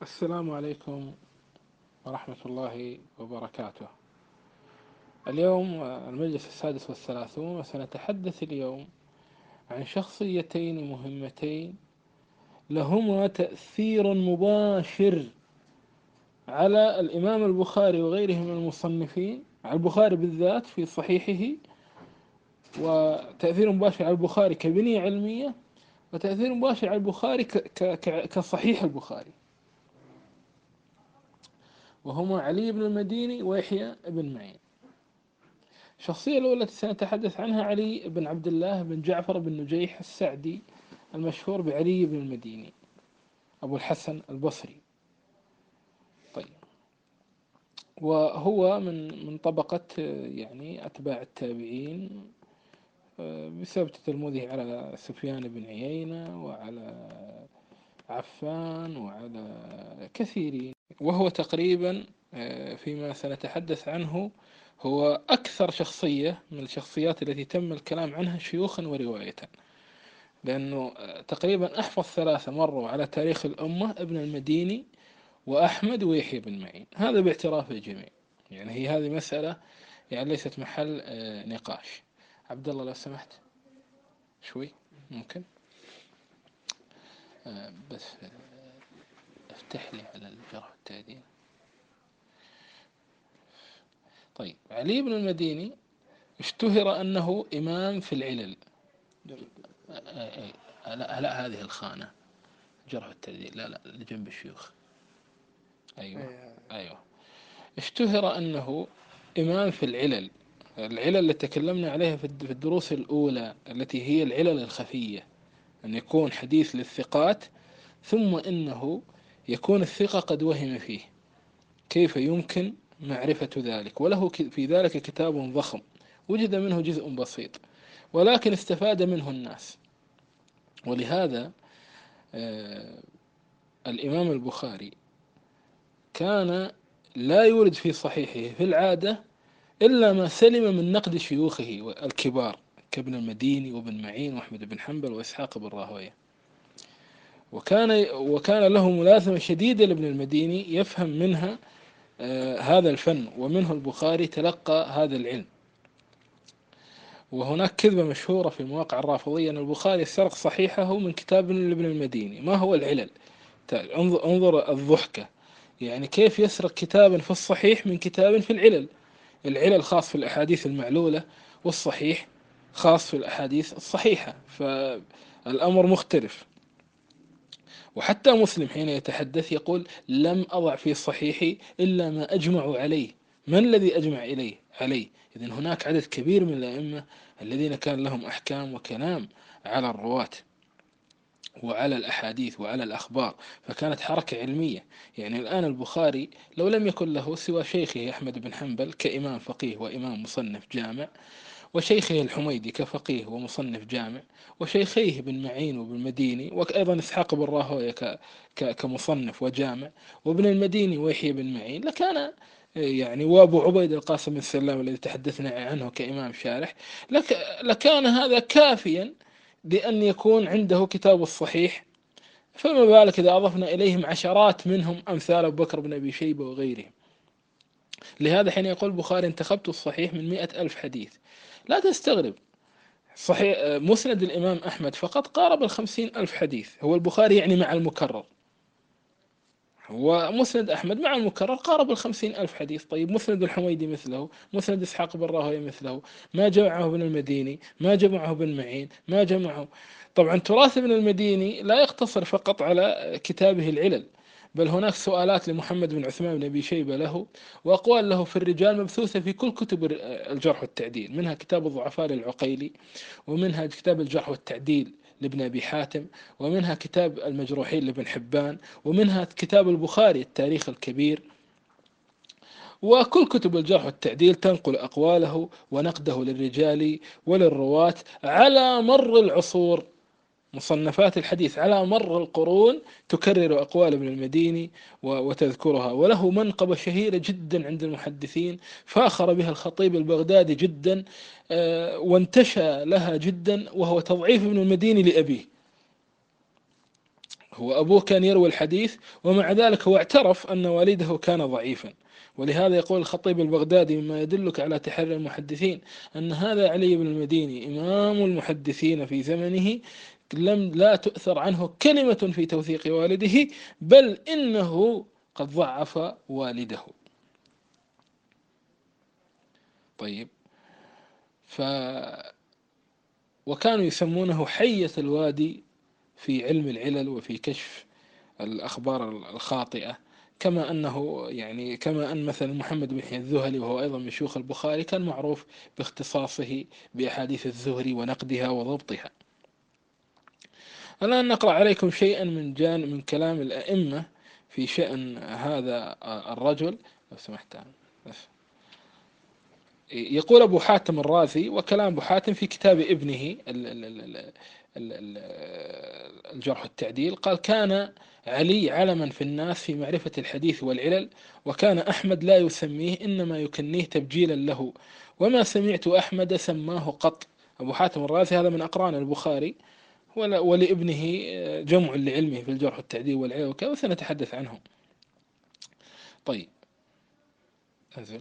السلام عليكم ورحمة الله وبركاته. اليوم المجلس السادس والثلاثون، وسنتحدث اليوم عن شخصيتين مهمتين لهما تأثير مباشر على الإمام البخاري وغيره من المصنفين، على البخاري بالذات في صحيحه، وتأثير مباشر على البخاري كبنية علمية، وتأثير مباشر على البخاري كصحيح البخاري، وهما علي بن المديني ويحيى بن معين. الشخصية الأولى التي سنتحدث عنها علي بن عبد الله بن جعفر بن نجيح السعدي، المشهور بعلي بن المديني أبو الحسن البصري. طيب، وهو من طبقة يعني أتباع التابعين، بسبب تلموذه على سفيان بن عيينة وعلى عفان وعلى كثيرين. وهو تقريبا فيما سنتحدث عنه هو أكثر شخصية من الشخصيات التي تم الكلام عنها شيوخا ورواية، لأنه تقريبا أحفظ ثلاثة مروا على تاريخ الأمة: ابن المديني وأحمد ويحيى بن معين، هذا باعتراف الجميع. يعني هي هذه مسألة يعني ليست محل نقاش. عبد الله لو سمحت شوي ممكن بس افتح لي على الجرح والتعديل. طيب، علي بن المديني اشتهر أنه إمام في العلل. لا هذه الخانة جرح والتعديل، لا لجنب الشيوخ. أيوة. اشتهر أنه إمام في العلل. العلل اللي تكلمنا عليها في الدروس الأولى، التي هي العلل الخفية، أن يكون حديث للثقات ثم إنه يكون الثقة قد وهم فيه. كيف يمكن معرفة ذلك؟ وله في ذلك كتاب ضخم، وجد منه جزء بسيط ولكن استفاد منه الناس. ولهذا الإمام البخاري كان لا يورد في صحيحه في العادة إلا ما سلم من نقد شيوخه الكبار كابن المديني وابن معين وأحمد بن حنبل وإسحاق بن راهويه. وكان له ملازمة شديدة لابن المديني يفهم منها هذا الفن، ومنه البخاري تلقى هذا العلم. وهناك كذبة مشهورة في المواقع الرافضية أن البخاري سرق صحيحه من كتاب لابن المديني. ما هو العلل؟ انظر الضحكة، يعني كيف يسرق كتابا في الصحيح من كتاب في العلل؟ العلل خاص في الأحاديث المعلولة، والصحيح خاص في الأحاديث الصحيحة، فالأمر مختلف. وحتى مسلم حين يتحدث يقول: لم أضع في صحيحي إلا ما أجمع عليه. من الذي أجمع عليه؟ إذن هناك عدد كبير من الأئمة الذين كان لهم أحكام وكلام على الرواة وعلى الأحاديث وعلى الأخبار، فكانت حركة علمية. يعني الآن البخاري لو لم يكن له سوى شيخه أحمد بن حنبل كإمام فقيه وإمام مصنف جامع، وشيخه الحميدي كفقيه ومصنف جامع، وشيخيه بن معين وابن المديني، وأيضا إسحاق بن راهويه كمصنف وجامع، وابن المديني ويحيى بن معين، لكان يعني وابو عبيد القاسم بن سلام الذي تحدثنا عنه كإمام شارح، لكان هذا كافيا لأن يكون عنده كتاب الصحيح. فما بالك إذا أضفنا إليهم عشرات منهم أمثال أبو بكر بن أبي شيبة وغيرهم. لهذا حين يقول البخاري: انتخبت الصحيح من 100,000 حديث، لا تستغرب. صحيح مسند الإمام أحمد فقط قارب 50,000 حديث، هو البخاري يعني مع المكرر، ومسند أحمد مع المكرر قارب 50,000 حديث. طيب، مسند الحميدي مثله، مسند إسحاق بن راهويه مثله، ما جمعه ابن المديني، ما جمعه ابن معين، ما جمعه. طبعا تراث ابن المديني لا يقتصر فقط على كتابه العلل، بل هناك سؤالات لمحمد بن عثمان بن أبي شيبة له، وأقوال له في الرجال مبثوثة في كل كتب الجرح والتعديل، منها كتاب الضعفاء للعقيلي، ومنها كتاب الجرح والتعديل لابن أبي حاتم، ومنها كتاب المجروحين لابن حبان، ومنها كتاب البخاري التاريخ الكبير. وكل كتب الجرح والتعديل تنقل أقواله ونقده للرجال وللرواة على مر العصور. مصنفات الحديث على مر القرون تكرر أقوال ابن المديني وتذكرها، وله منقبة شهيرة جدا عند المحدثين فاخر بها الخطيب البغدادي جدا، وانتشى لها جدا، وهو تضعيف ابن المديني لأبيه. هو أبوه كان يروي الحديث، ومع ذلك هو اعترف أن والده كان ضعيفا. ولهذا يقول الخطيب البغدادي: مما يدلك على تحري المحدثين أن هذا علي بن المديني إمام المحدثين في زمنه لا تؤثر عنه كلمة في توثيق والده، بل إنه قد ضعف والده. طيب، وكانوا يسمونه حية الوادي في علم العلل وفي كشف الأخبار الخاطئة. كما أن مثلا محمد بن يحيى الذهلي، وهو أيضا من شيوخ البخاري، كان معروف باختصاصه بأحاديث الزهري ونقدها وضبطها. الآن نقرأ عليكم شيئا من كلام الأئمة في شأن هذا الرجل، لو سمحت. يقول أبو حاتم الرازي، وكلام أبو حاتم في كتاب ابنه الجرح والتعديل، قال: كان علي علما في الناس في معرفة الحديث والعلل، وكان أحمد لا يسميه، إنما يكنيه تبجيلا له، وما سمعت أحمد سماه قط. أبو حاتم الرازي هذا من أقران البخاري، ولابنه جمع لعلمه في الجرح والتعديل والعلل وكذا، وسنتحدث عنهم. طيب، أنزل.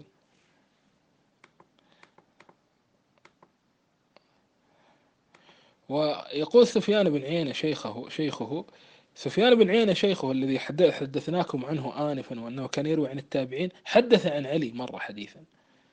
ويقول سفيان بن عيينة شيخه سفيان بن عيينة شيخه الذي حدثناكم عنه آنفا، وأنه كان يروي عن التابعين، حدث عن علي مرة حديثا،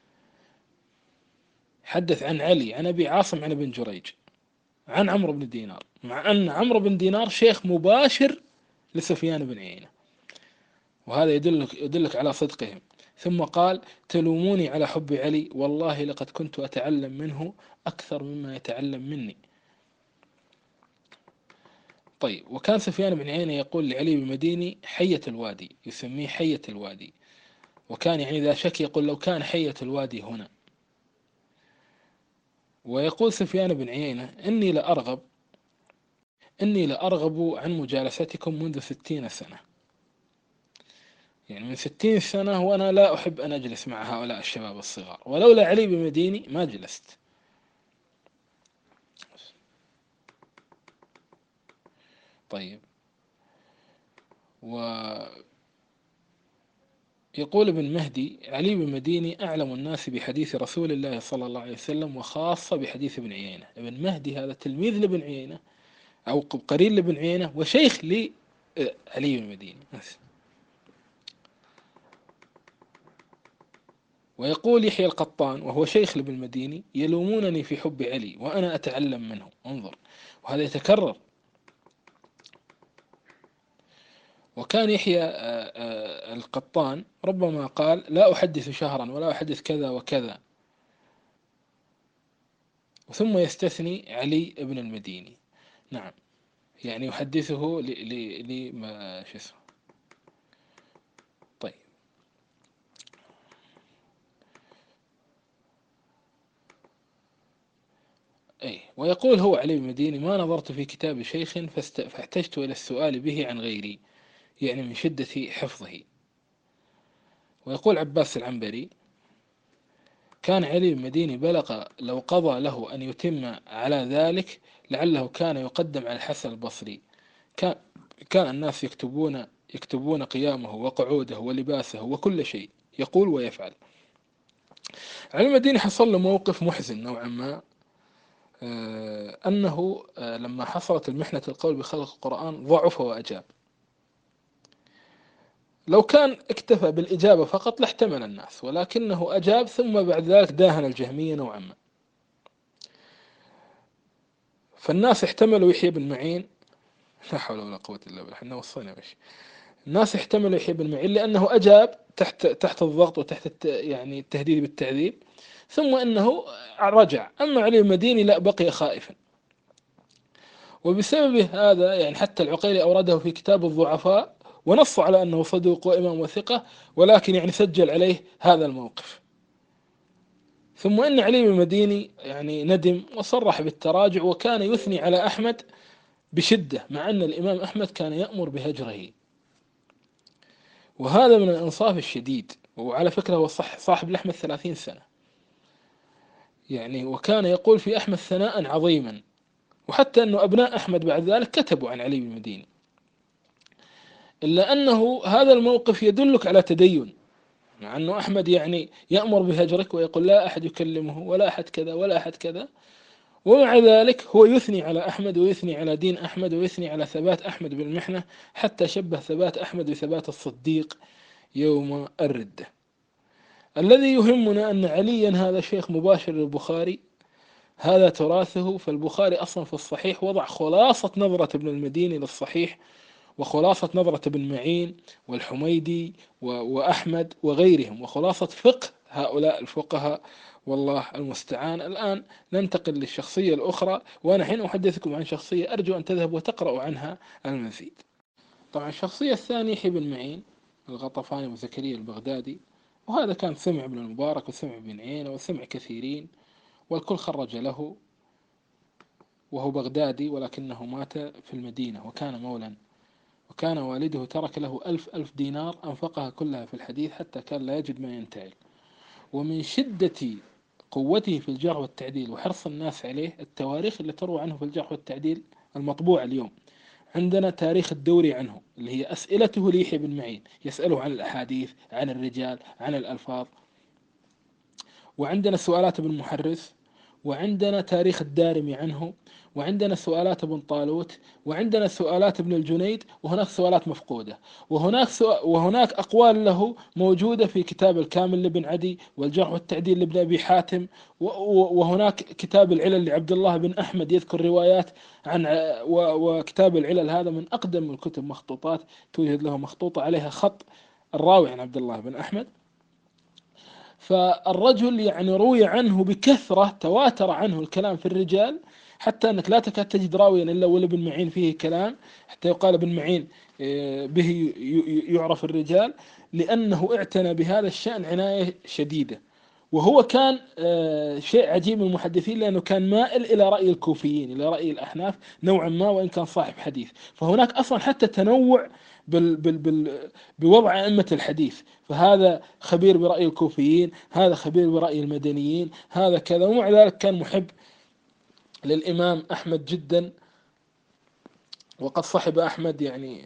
حدث عن علي عن أبي عاصم عن ابن جريج عن عمرو بن دينار، مع أن عمرو بن دينار شيخ مباشر لسفيان بن عيينة، وهذا يدلك على صدقهم. ثم قال: تلوموني على حب علي، والله لقد كنت أتعلم منه أكثر مما يتعلم مني. طيب، وكان سفيان بن عيينة يقول لعلي بن المديني حية الوادي، يسميه حية الوادي، وكان ذا شك يقول: لو كان حية الوادي هنا. ويقول سفيان بن عيينة: إني لأرغب عن مجالستكم منذ 60 سنة، يعني من 60 سنة وأنا لا أحب أن أجلس مع هؤلاء الشباب الصغار، ولولا علي بن المديني ما جلست. طيب، ويقول ابن مهدي: علي بن المديني أعلم الناس بحديث رسول الله صلى الله عليه وسلم، وخاصة بحديث ابن عيينة. ابن مهدي هذا تلميذ لابن عيينة، أو قرين لابن عيينة، وشيخ لعلي بن المديني. ويقول يحيى القطان وهو شيخ لابن المديني: يلومونني في حب علي وأنا أتعلم منه. انظر، وهذا يتكرر. وكان يحيى القطان ربما قال: لا أحدث شهرا ولا أحدث كذا وكذا، ثم يستثني علي بن المديني. نعم، يعني يحدثه ما شو اسمه. طيب، أي، ويقول هو علي بن المديني: ما نظرت في كتاب شيخ فاحتجت إلى السؤال به عن غيري، يعني من شدة حفظه. ويقول عباس العنبري: كان علي بن المديني بلغ لو قضى له أن يتم على ذلك لعله كان يقدم على الحسن البصري. كان الناس يكتبون قيامه وقعوده ولباسه وكل شيء يقول ويفعل. علي بن المديني حصل له موقف محزن نوعا ما، أنه لما حصلت المحنة القول بخلق القرآن ضعف وأجاب. لو كان اكتفى بالإجابة فقط لاحتمل الناس، ولكنه أجاب، ثم بعد ذلك داهن الجهمية نوعا ما، فالناس احتملوا يحيى بن معين. لا حول ولا قوة إلا بالله، احنا وصينا وش. الناس احتملوا يحيى بن معين لأنه أجاب تحت الضغط وتحت يعني التهديد بالتعذيب، ثم أنه رجع. أما علي المديني لا، بقي خائفا. وبسبب هذا يعني حتى العقيلي أورده في كتاب الضعفاء، ونص على أنه صدوق وإمام وثقة، ولكن يعني سجل عليه هذا الموقف. ثم أن علي بن المديني يعني ندم وصرح بالتراجع، وكان يثني على أحمد بشدة، مع أن الإمام أحمد كان يأمر بهجره. وهذا من الإنصاف الشديد. وعلى فكرة هو صاحب لأحمد 30 سنة يعني، وكان يقول في أحمد ثناء عظيما، وحتى أنه أبناء أحمد بعد ذلك كتبوا عن علي بن المديني. إلا أنه هذا الموقف يدلك على تدين، مع أنه أحمد يعني يأمر بهجرك ويقول لا أحد يكلمه ولا أحد كذا ولا أحد كذا، ومع ذلك هو يثني على أحمد ويثني على دين أحمد ويثني على ثبات أحمد بالمحنة، حتى شبه ثبات أحمد بثبات الصديق يوم الردة. الذي يهمنا أن عليا هذا شيخ مباشر للبخاري، هذا تراثه. فالبخاري أصلا في الصحيح وضع خلاصة نظرة ابن المديني للصحيح، وخلاصة نظرة ابن معين والحميدي وأحمد وغيرهم، وخلاصة فقه هؤلاء الفقهاء، والله المستعان. الآن ننتقل للشخصية الأخرى، وأنا حين أحدثكم عن شخصية أرجو أن تذهبوا وتقرأوا عنها المزيد. طبعا الشخصية الثانية يحيى بن معين الغطفاني وزكريا البغدادي، وهذا كان سمع ابن المبارك وسمع ابن عيينة وسمع كثيرين، والكل خرج له، وهو بغدادي ولكنه مات في المدينة، وكان مولا، وكان والده ترك له 1000 دينار أنفقها كلها في الحديث حتى كان لا يجد ما ينتعل. ومن شدة قوته في الجرح والتعديل وحرص الناس عليه، التواريخ اللي تروى عنه في الجرح والتعديل المطبوع اليوم، عندنا تاريخ الدوري عنه اللي هي أسئلته ليحيى بن معين، يسأله عن الأحاديث، عن الرجال، عن الألفاظ. وعندنا سؤالات ابن محرز، وعندنا تاريخ الدارمي عنه، وعندنا سؤالات ابن طالوت، وعندنا سؤالات ابن الجنيد، وهناك سؤالات مفقودة، وهناك أقوال له موجودة في كتاب الكامل لابن عدي، والجرح والتعديل لابن أبي حاتم، وهناك كتاب العلل لعبد الله بن أحمد يذكر روايات عن وكتاب العلل هذا من أقدم الكتب مخطوطات توجد له، مخطوطة عليها خط الراوي عن عبد الله بن أحمد. فالرجل يعني روي عنه بكثرة، تواتر عنه الكلام في الرجال، حتى أنك لا تكاد تجد راويا إلا ولابن معين فيه كلام، حتى يقال ابن معين به يعرف الرجال، لأنه اعتنى بهذا الشأن عناية شديدة. وهو كان شيء عجيب من المحدثين، لأنه كان مائل إلى رأي الكوفيين، إلى رأي الأحناف نوعا ما، وإن كان صاحب حديث. فهناك أصلا حتى تنوع بوضع أئمة الحديث، فهذا خبير برأي الكوفيين، هذا خبير برأي المدنيين، هذا كذا. ومع ذلك كان محب للإمام أحمد جدا، وقد صحب أحمد يعني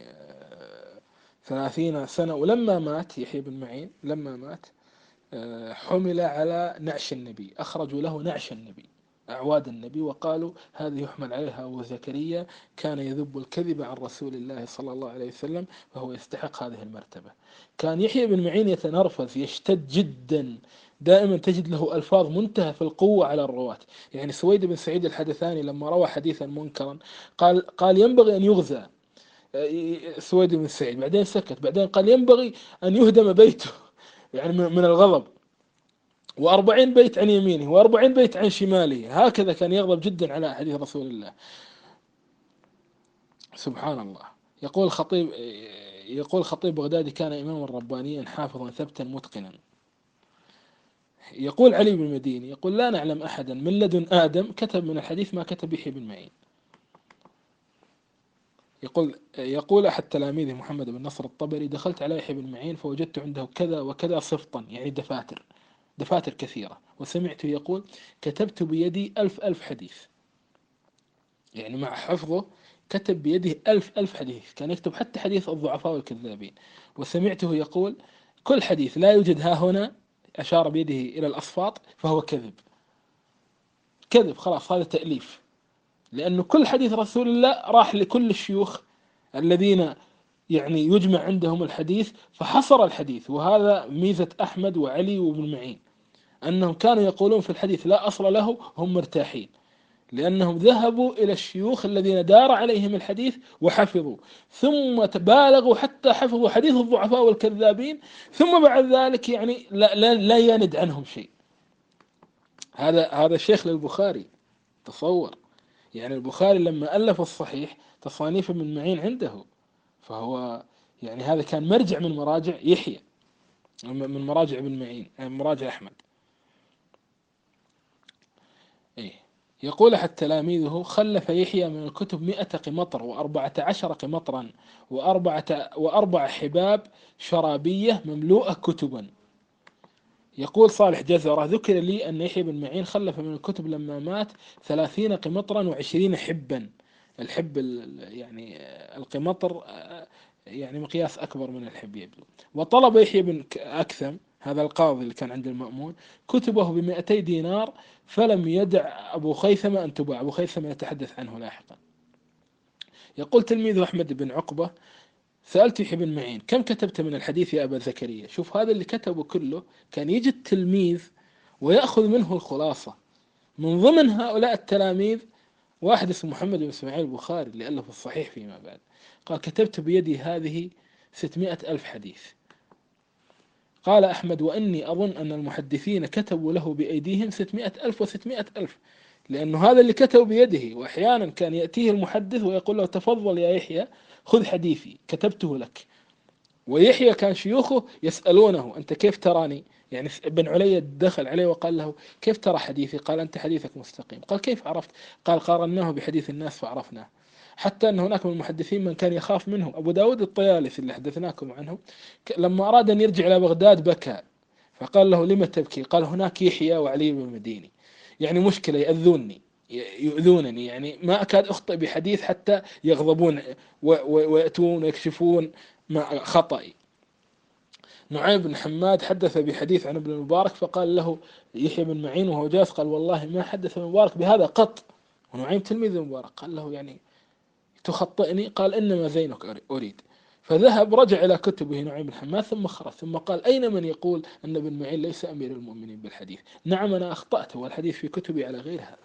30 سنة. ولما مات يحيى بن معين، لما مات حمل على نعش النبي، أخرجوا له نعش النبي، أعواد النبي، وقالوا هذه يحمل عليها أبو زكريا كان يذب الكذب عن رسول الله صلى الله عليه وسلم، فهو يستحق هذه المرتبة. كان يحيى بن معين يتنرفز، يشتد جدا، دائما تجد له ألفاظ منتهى في القوة على الرواة. يعني سويد بن سعيد الحدثاني لما روى حديثا منكرا قال ينبغي أن يغزى سويد بن سعيد، بعدين سكت، بعدين قال ينبغي أن يهدم بيته يعني من الغضب، و40 بيت عن يمينه و40 بيت عن شماله، هكذا كان يغضب جدا على حديث رسول الله. سبحان الله. يقول خطيب بغدادي كان إماما ربانيا حافظا ثبتا متقنا. يقول علي بن المديني، يقول لا نعلم أحدا من لدن آدم كتب من الحديث ما كتب يحيى بن معين. يقول أحد تلاميذه محمد بن نصر الطبري دخلت على يحيى بن معين فوجدت عنده كذا وكذا صفطا، يعني دفاتر كثيرة، وسمعته يقول كتبت بيدي 1000 حديث، يعني مع حفظه كتب بيده 1000 حديث، كان يكتب حتى حديث الضعفاء والكذابين. وسمعته يقول كل حديث لا يوجد ها هنا، أشار بيده إلى الأصفاط، فهو كذب خلاص، هذا تأليف، لأنه كل حديث رسول الله راح لكل الشيوخ الذين يعني يجمع عندهم الحديث فحصر الحديث. وهذا ميزة أحمد وعلي وابن معين، أنهم كانوا يقولون في الحديث لا أصل له، هم مرتاحين، لأنهم ذهبوا إلى الشيوخ الذين دار عليهم الحديث وحفظوا، ثم تبالغوا حتى حفظوا حديث الضعفاء والكذابين، ثم بعد ذلك يعني لا يند عنهم شيء. هذا شيخ للبخاري، تصور. يعني البخاري لما ألف الصحيح تصانيف ابن معين عنده، فهو يعني هذا كان مرجع من مراجع يحيى، من مراجع ابن معين، من مراجع أحمد. إيه. يقول أحد تلاميذه خلف يحيى من الكتب 100 قمطر و14 قمطرا وأربع حباب شرابية مملوءة كتبا. يقول صالح جزرة ذكر لي أن يحيى بن معين خلف من الكتب لما مات 30 قمطرا و20 حبا. الحب يعني القمطر يعني مقياس أكبر من الحب يبدو. وطلب يحيى بن أكثم هذا القاضي اللي كان عند المأمون كتبه ب200 دينار، فلم يدع أبو خيثمة أن تباع. أبو خيثمة نتحدث عنه لاحقا. يقول تلميذه أحمد بن عقبة: سألت يحيى بن معين: كم كتبت من الحديث يا أبا زكريا؟ شوف هذا اللي كتبه كله كان يجي التلميذ ويأخذ منه الخلاصة. من ضمن هؤلاء التلاميذ واحد اسمه محمد بن إسماعيل البخاري اللي ألف الصحيح فيما بعد. قال: كتبت بيدي هذه 600 ألف حديث. قال أحمد: وإني أظن أن المحدثين كتبوا له بأيديهم 600 ألف و600 ألف، لأنه هذا اللي كتب بيده. وأحيانا كان يأتيه المحدث ويقول له: تفضل يا يحيى خذ حديثي كتبته لك. ويحيى كان شيوخه يسألونه: أنت كيف تراني؟ يعني ابن علي دخل عليه وقال له: كيف ترى حديثي؟ قال: أنت حديثك مستقيم. قال: كيف عرفت؟ قال: قارناه بحديث الناس فعرفناه. حتى أن هناك من المحدثين من كان يخاف منهم. أبو داود الطيالسي اللي حدثناكم عنه لما أراد أن يرجع إلى بغداد بكى، فقال له: لم تبكي؟ قال: هناك يحيى وعلي بن المديني، يعني مشكلة، يؤذونني يؤذونني، يعني ما أكاد أخطئ بحديث حتى يغضبون ويأتون ويكشفون خطأي. نعيم بن حماد حدث بحديث عن ابن المبارك، فقال له يحيى بن معين وهو جالس: قال: والله ما حدث ابن المبارك بهذا قط. ونعيم تلميذ المبارك. قال له: يعني تخطئني؟ قال: إنما زينك أريد. فذهب رجع إلى كتبه نعيم بن حماد ثم خرج، ثم قال: أين من يقول أن ابن معين ليس أمير المؤمنين بالحديث؟ نعم أنا أخطأت والحديث في كتبي على غير هذا.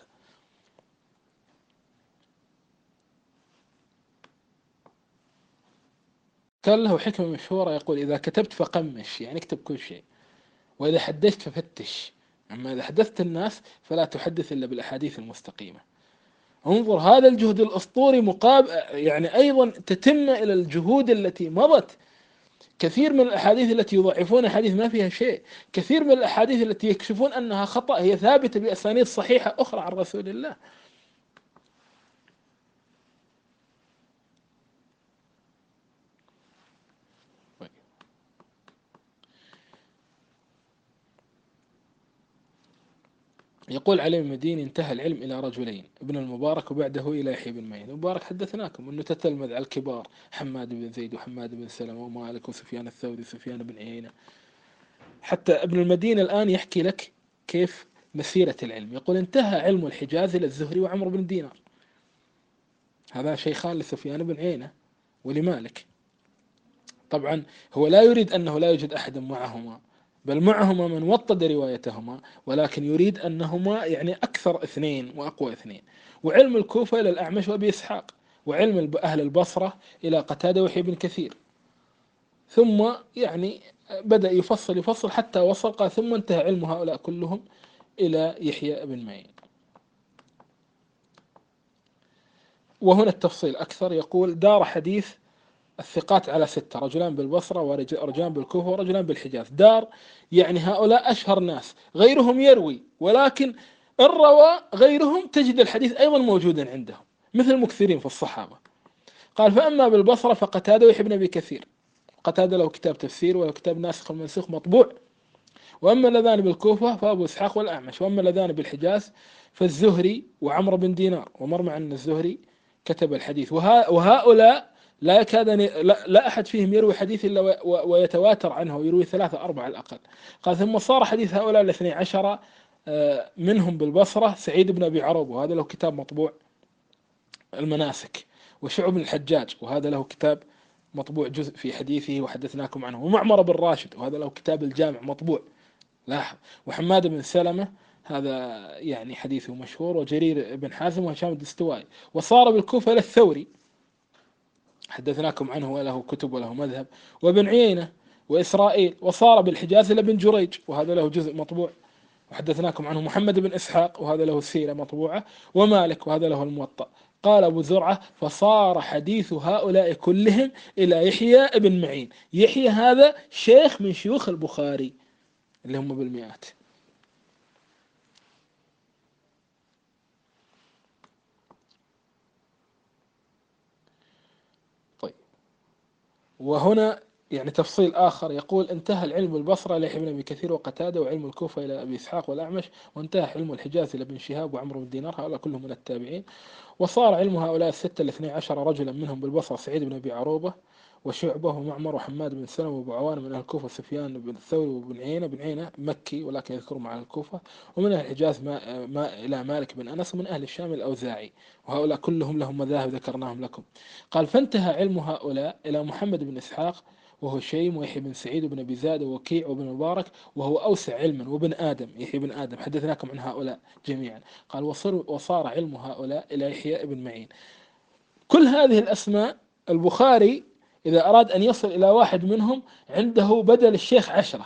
كان له حكمة مشهورة يقول: إذا كتبت فقمش، يعني اكتب كل شيء، وإذا حدثت ففتش، أما إذا حدثت الناس فلا تحدث إلا بالأحاديث المستقيمة. انظر هذا الجهد الأسطوري مقابل، يعني أيضا تتم إلى الجهود التي مضت. كثير من الأحاديث التي يضعفون أحاديث ما فيها شيء، كثير من الأحاديث التي يكشفون أنها خطأ هي ثابتة بأسانيد صحيحة أخرى عن رسول الله. يقول علي المديني: انتهى العلم إلى رجلين، ابن المبارك وبعده إلى يحيى بن معين. المبارك حدثناكم أنه تتلمذ على الكبار: حماد بن زيد وحماد بن سلمة ومالك وسفيان الثوري وسفيان بن عيينة. حتى ابن المديني الآن يحكي لك كيف مسيرة العلم. يقول: انتهى علم الحجاز إلى الزهري وعمرو بن دينار، هذا شيخان لسفيان بن عيينة ولمالك. طبعا هو لا يريد أنه لا يوجد أحد معهما، بل معهما من وطد روايتهما، ولكن يريد أنهما يعني أكثر اثنين وأقوى اثنين. وعلم الكوفة إلى الأعمش وأبي إسحاق، وعلم أهل البصرة إلى قتادة ويحيى بن كثير. ثم يعني بدأ يفصل حتى وصل، قال: ثم انتهى علم هؤلاء كلهم إلى يحيى بن معين. وهنا التفصيل أكثر. يقول: دار حديث الثقات على 6، رجلان بالبصرة ورجلان بالكوفة ورجلان بالحجاز. دار يعني هؤلاء أشهر ناس، غيرهم يروي، ولكن إن روى غيرهم تجد الحديث أيضا موجودا عندهم مثل المكثرين في الصحابة. قال: فأما بالبصرة فقتادة ويحيى بن أبي كثير. قتادة له كتاب تفسير وله كتاب ناسخ المنسوخ مطبوع. وأما اللذان بالكوفة فأبو إسحاق والأعمش. وأما اللذان بالحجاز فالزهري وعمرو بن دينار. ومر مع أن الزهري كتب الحديث. وهؤلاء لا يكاد لا أحد فيهم يروي حديث إلا ويتواتر عنه، ويروي 3 4 على الأقل. قال: ثم صار حديث هؤلاء 12 منهم بالبصرة سعيد بن أبي عروبة، وهذا له كتاب مطبوع المناسك. وشعب بن الحجاج، وهذا له كتاب مطبوع جزء في حديثه وحدثناكم عنه. ومعمر بن راشد، وهذا له كتاب الجامع مطبوع، لاحظ. وحماد بن سلمة، هذا يعني حديثه مشهور. وجرير بن حازم وهشام الدستوائي. وصار بالكوفة للثوري، حدثناكم عنه وله كتب وله مذهب. وابن عيينة وإسرائيل. وصار بالحجاز لابن جريج، وهذا له جزء مطبوع وحدثناكم عنه. محمد بن إسحاق، وهذا له السيرة مطبوعة. ومالك، وهذا له الموطأ. قال أبو زرعة: فصار حديث هؤلاء كلهم إلى يحيى بن معين. يحيى هذا شيخ من شيوخ البخاري اللي هم بالمئات. طيب، وهنا يعني تفصيل آخر. يقول: انتهى العلم البصرة إلى يحيى بن أبي كثير وقتادة، وعلم الكوفة إلى أبي إسحاق والأعمش، وانتهى علم الحجاز إلى ابن شهاب وعمرو بن دينار، هؤلاء كلهم من التابعين. وصار علم هؤلاء 6 12 رجلا منهم بالبصرة سعيد بن أبي عروبة، وشعبة ومعمر وحماد بن سلمة وأبو عوان من أهل الكوفة، سفيان بن الثوري وابن عيينة، بن عيينة مكي ولكن يذكر مع الكوفة، ومن أهل الحجاز ما إلى مالك بن أنس، ومن أهل الشام الأوزاعي، وهؤلاء كلهم لهم مذاهب ذكرناهم لكم. قال فانتهى علم هؤلاء إلى محمد بن إسحاق وهو شيم، ويحيى بن سعيد وبن أبي زاد ووكيع وابن مبارك وهو أوسع علما، وابن آدم يحيى بن آدم، حدثناكم عن هؤلاء جميعا. قال وصار علم هؤلاء إلى يحيى بن معين. كل هذه الأسماء البخاري إذا أراد أن يصل إلى واحد منهم عنده بدل الشيخ 10.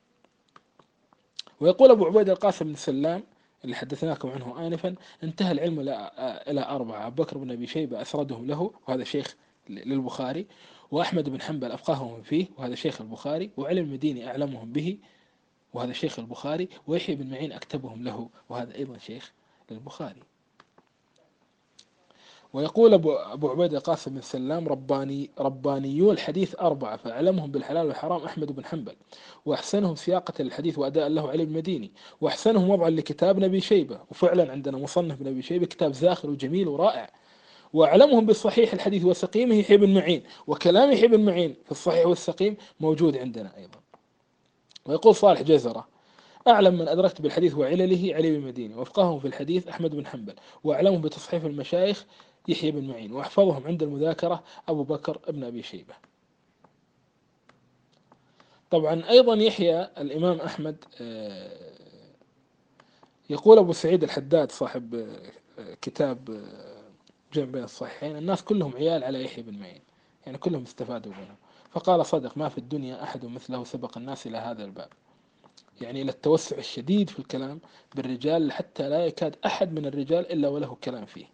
ويقول أبو عبيد القاسم بن سلام اللي حدثناكم عنه آنفا انتهى العلم إلى 4: أبو بكر بن أبي شيبة أسردهم له وهذا شيخ للبخاري، وأحمد بن حنبل أفقههم فيه وهذا شيخ البخاري، وعلي المديني أعلمهم به وهذا شيخ البخاري، ويحيى بن معين أكتبهم له وهذا أيضا شيخ للبخاري. ويقول أبو عبيد القاسم بن سلام ربانيو الحديث 4: فأعلمهم بالحلال والحرام أحمد بن حنبل، وأحسنهم سياقة للحديث وأداء له علي المديني، وأحسنهم وضعا لكتاب نبي شيبة، وفعلا عندنا مصنف نبي شيبة كتاب زاخر وجميل ورائع. وأعلمهم بالصحيح الحديث وسقيمه يحيى بن معين، وكلام يحيى بن معين في الصحيح والسقيم موجود عندنا أيضا. ويقول صالح جزرة أعلم من أدركت بالحديث وعلله علي بن المديني، وأفقههم في الحديث أحمد بن حنبل، وأعلمهم بتصحيف المشايخ يحيى بن معين، وأحفظهم عند المذاكرة أبو بكر بن أبي شيبة. طبعا أيضا يحيى الإمام أحمد يقول أبو سعيد الحداد صاحب كتاب جمع بين الصحيحين الناس كلهم عيال على يحيى بن معين، يعني كلهم استفادوا منه. فقال صدق ما في الدنيا أحد مثله سبق الناس إلى هذا الباب، يعني إلى التوسع الشديد في الكلام بالرجال حتى لا يكاد أحد من الرجال إلا وله كلام فيه.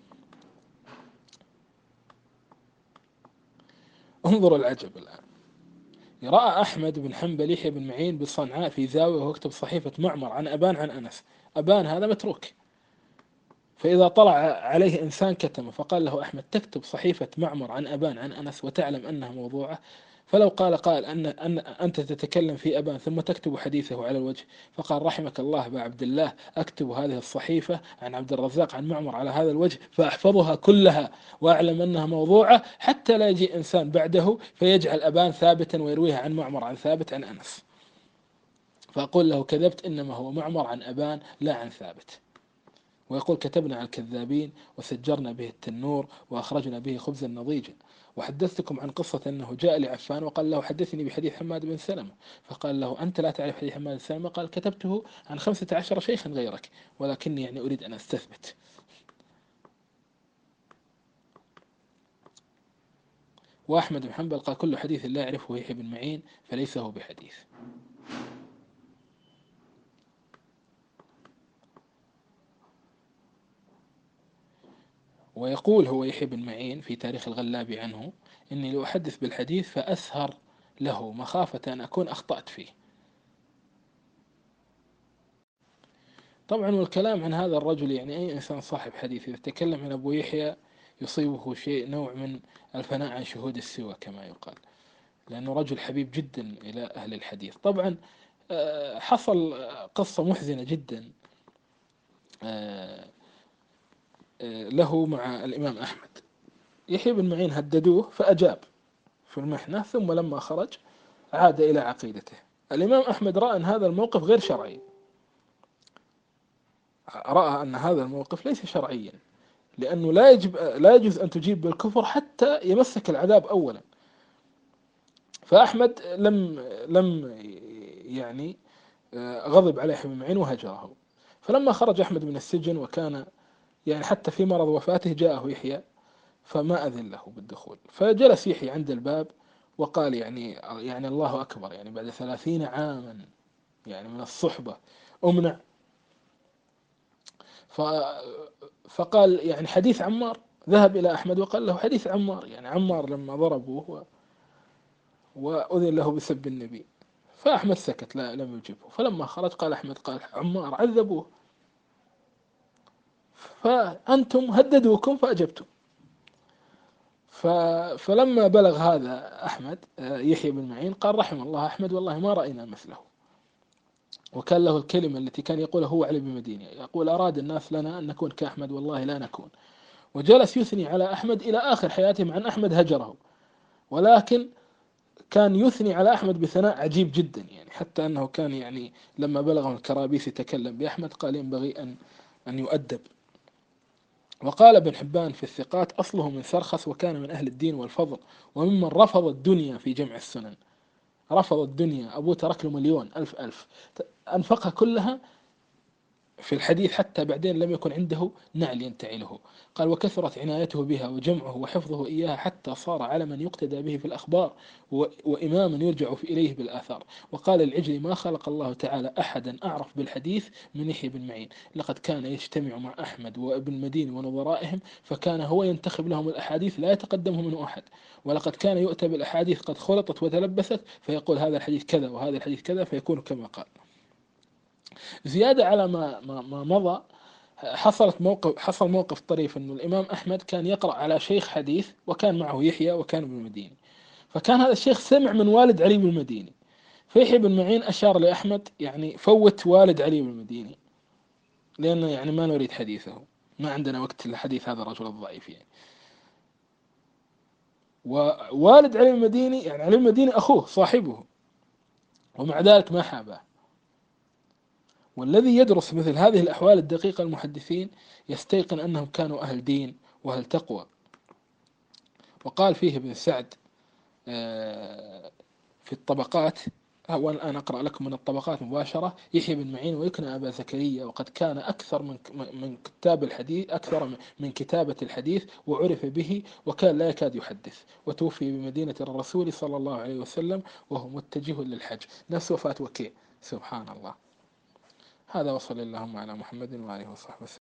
انظروا العجب الآن، رأى أحمد بن حنبل يحيى بن معين بصنعاء في زاوية وهو يكتب صحيفة معمر عن أبان عن أنس، أبان هذا متروك، فإذا طلع عليه إنسان كتمه فقال له أحمد تكتب صحيفة معمر عن أبان عن أنس وتعلم أنها موضوعة؟ فلو قال أن أنت تتكلم في أبان ثم تكتب حديثه على الوجه، فقال رحمك الله أبا عبد الله، أكتب هذه الصحيفة عن عبد الرزاق عن معمر على هذا الوجه فأحفظها كلها وأعلم أنها موضوعة حتى لا يجي إنسان بعده فيجعل أبان ثابتا ويرويها عن معمر عن ثابت عن أنس، فأقول له كذبت، إنما هو معمر عن أبان لا عن ثابت. ويقول كتبنا على الكذابين وسجرنا به التنور وأخرجنا به خبزا نضيجا. وحدثتكم عن قصة أنه جاء لعفان وقال له حدثني بحديث حماد بن سلمة، فقال له أنت لا تعرف حديث حماد بن سلمة؟ قال كتبته عن 15 شيخا غيرك ولكني يعني أريد أن أستثبت. وأحمد بن حنبل قال كل حديث لا يعرفه يحيى بن معين فليس هو بحديث. ويقول هو يحيى بن معين في تاريخ الغلابي عنه إني لأحدث بالحديث فأسهر له مخافة أن أكون أخطأت فيه. طبعا والكلام عن هذا الرجل يعني أي إنسان صاحب حديث إذا تكلم عن أبو يحيى يصيبه شيء نوع من الفناء عن شهود السوى كما يقال، لأنه رجل حبيب جدا إلى أهل الحديث. طبعا حصل قصة محزنة جدا له مع الإمام أحمد. يحيى بن معين هددوه فأجاب في المحنة، ثم لما خرج عاد إلى عقيدته. الإمام أحمد رأى أن هذا الموقف غير شرعي، رأى أن هذا الموقف ليس شرعيا، لأنه لا يجوز أن تجيب بالكفر حتى يمسك العذاب أولا. فأحمد لم يعني غضب على يحيى بن معين وهجره. فلما خرج أحمد من السجن وكان يعني حتى في مرض وفاته جاءه يحيى فما أذن له بالدخول، فجلس يحيى عند الباب وقال يعني الله أكبر، يعني بعد 30 عاما يعني من الصحبة أمنع. فقال يعني حديث عمار، ذهب إلى أحمد وقال له حديث عمار، يعني عمار لما ضربوه وأذن له بسب النبي. فأحمد سكت لم يجبه. فلما خرج قال أحمد قال عمار عذبوه فأنتم هددوكم فأجبتم. فلما بلغ هذا أحمد يحيى بن معين قال رحم الله أحمد والله ما رأينا مثله. وكان له الكلمة التي كان يقولها هو علي بن مدينة، يقول أراد الناس لنا أن نكون كأحمد والله لا نكون. وجلس يثني على أحمد إلى آخر حياته، مع أن أحمد هجره ولكن كان يثني على أحمد بثناء عجيب جدا، يعني حتى أنه كان يعني لما بلغه الكرابيس يتكلم بأحمد قال ينبغي أن يؤدب. وقال ابن حبان في الثقات: أصله من سرخس وكان من أهل الدين والفضل، وممن رفض الدنيا في جمع السنن. رفض الدنيا، أبوه ترك له مليون ألف أنفقها كلها في الحديث، حتى بعدين لم يكن عنده نعل ينتعله. قال: وكثرت عنايته بها وجمعه وحفظه إياها حتى صار علما يقتدى به في الأخبار وإماما يرجع إليه بالآثار. وقال العجلي: ما خلق الله تعالى أحدا أعرف بالحديث من يحيى بن معين، لقد كان يجتمع مع أحمد وابن المديني ونظرائهم، فكان هو ينتخب لهم الأحاديث لا يتقدمه منه أحد. ولقد كان يؤتى بالأحاديث قد خلطت وتلبست، فيقول هذا الحديث كذا وهذا الحديث كذا، فيكون كما قال. زيادة على ما مضى، حصل موقف طريف، أنه الإمام أحمد كان يقرأ على شيخ حديث وكان معه يحيى وكان ابن المديني، فكان هذا الشيخ سمع من والد علي بن المديني، فيحيى بن معين أشار لأحمد يعني فوت والد علي بن المديني، لأنه يعني ما نريد حديثه، ما عندنا وقت لحديث هذا الرجل الضعيف يعني. ووالد علي بن المديني يعني علي بن المديني أخوه صاحبه، ومع ذلك ما حابه. والذي يدرس مثل هذه الأحوال الدقيقة المحدثين يستيقن أنهم كانوا أهل دين وأهل تقوى. وقال فيه ابن سعد في الطبقات، والآن أقرأ لكم من الطبقات مباشرة: يحيى بن معين ويكنى أبا زكريا، وقد كان أكثر من كتاب الحديث، أكثر من كتابة الحديث، وعرف به، وكان لا يكاد يحدث، وتوفي بمدينة الرسول صلى الله عليه وسلم وهو متجه للحج، نفس وفاة وكيع. سبحان الله. هذا، وصلى اللهم على محمد وآله وصحبه وسلم.